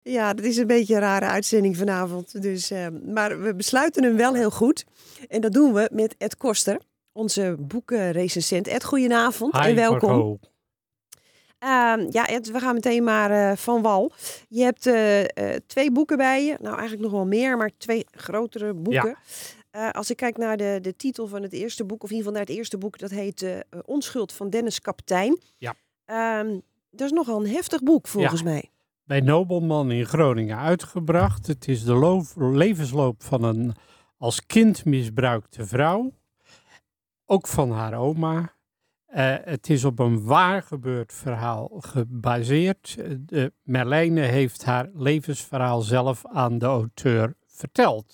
Ja, dat is een beetje een rare uitzending vanavond. Dus, maar we besluiten hem wel heel goed. En dat doen we met Ed Koster, onze boekenrecensent. Ed, goedenavond en Hi welkom. Marco. Ja, Ed, we gaan meteen maar van wal. Je hebt 2 boeken bij je. Nou, eigenlijk nog wel meer, maar 2 grotere Ja, boeken. Als ik kijk naar de titel van het eerste boek, of in ieder geval naar het eerste boek, dat heet Onschuld van Dennis Kaptein. ja, Dat is nogal een heftig boek, volgens ja. mij. Bij Nobelman in Groningen uitgebracht. Het is de levensloop van een als kind misbruikte vrouw. Ook van haar oma. Het is op een waar gebeurd verhaal gebaseerd. Merlijne heeft haar levensverhaal zelf aan de auteur verteld.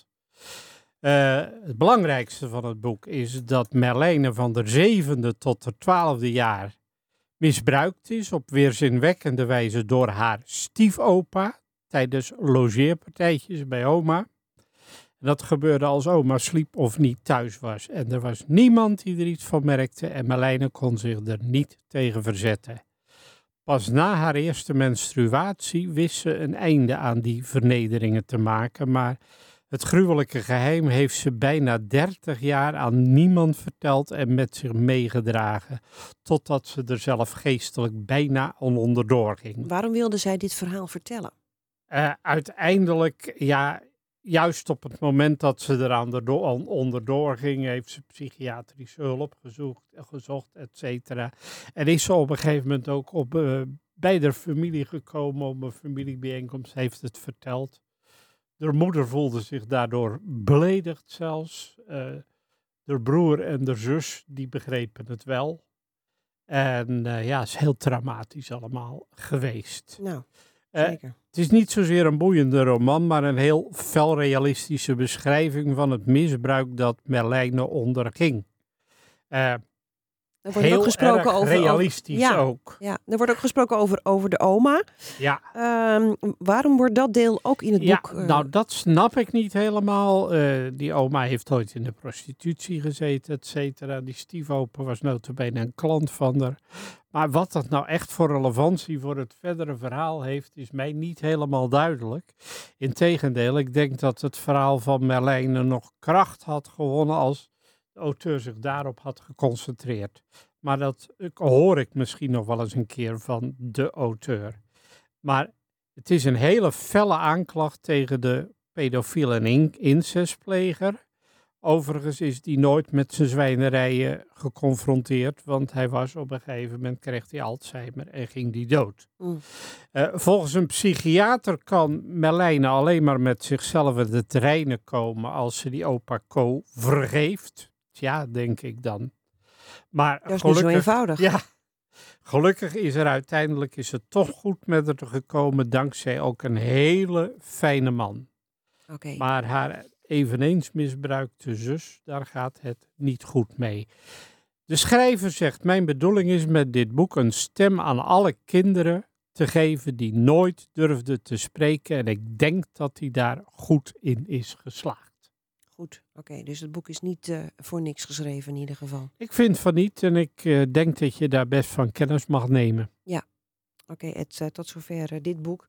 Het belangrijkste van het boek is dat Merlijne van de 7e tot de 12e jaar misbruikt is op weerzinwekkende wijze door haar stiefopa tijdens logeerpartijtjes bij oma. En dat gebeurde als oma sliep of niet thuis was. En er was niemand die er iets van merkte en Merlijne kon zich er niet tegen verzetten. Pas na haar eerste menstruatie wist ze een einde aan die vernederingen te maken, maar het gruwelijke geheim heeft ze bijna 30 jaar aan niemand verteld en met zich meegedragen, totdat ze er zelf geestelijk bijna onderdoor ging. Waarom wilde zij dit verhaal vertellen? Uiteindelijk, ja, juist op het moment dat ze eraan onderdoor ging, heeft ze psychiatrische hulp gezocht, et cetera. En is ze op een gegeven moment ook bij de familie gekomen op een familiebijeenkomst, heeft het verteld. De moeder voelde zich daardoor beledigd zelfs. De broer en de zus, die begrepen het wel. En ja, het is heel traumatisch allemaal geweest. Nou, Eh, zeker. Het is niet zozeer een boeiende roman, maar een heel fel realistische beschrijving van het misbruik dat Merlijne onderging. Er wordt ook Heel gesproken erg over realistisch ja, ook. ja, er wordt ook gesproken over de oma. Ja. Waarom wordt dat deel ook in het boek? Nou, dat snap ik niet helemaal. Die oma heeft ooit in de prostitutie gezeten, et cetera. Die stiefopa was nota bene een klant van haar. Maar wat dat nou echt voor relevantie voor het verdere verhaal heeft, is mij niet helemaal duidelijk. Integendeel, ik denk dat het verhaal van Merlijne nog kracht had gewonnen als de auteur zich daarop had geconcentreerd. Maar dat hoor ik misschien nog wel eens een keer van de auteur. Maar het is een hele felle aanklacht tegen de pedofiel en incestpleger. Overigens is die nooit met zijn zwijnerijen geconfronteerd, want hij was op een gegeven moment, kreeg hij Alzheimer en ging die dood. Volgens een psychiater kan Merlijne alleen maar met zichzelf in de terreinen komen als ze die opa Co vergeeft. Tja, denk ik dan. Maar Dat is niet zo eenvoudig. Ja, gelukkig is het toch goed met haar gekomen, dankzij ook een hele fijne man. Oké. Maar haar eveneens misbruikte zus, daar gaat het niet goed mee. De schrijver zegt, mijn bedoeling is met dit boek een stem aan alle kinderen te geven die nooit durfden te spreken. En ik denk dat hij daar goed in is geslaagd. Goed, oké. Dus het boek is niet voor niks geschreven in ieder geval. Ik vind van niet en ik denk dat je daar best van kennis mag nemen. Oké, Ed, tot zover dit boek.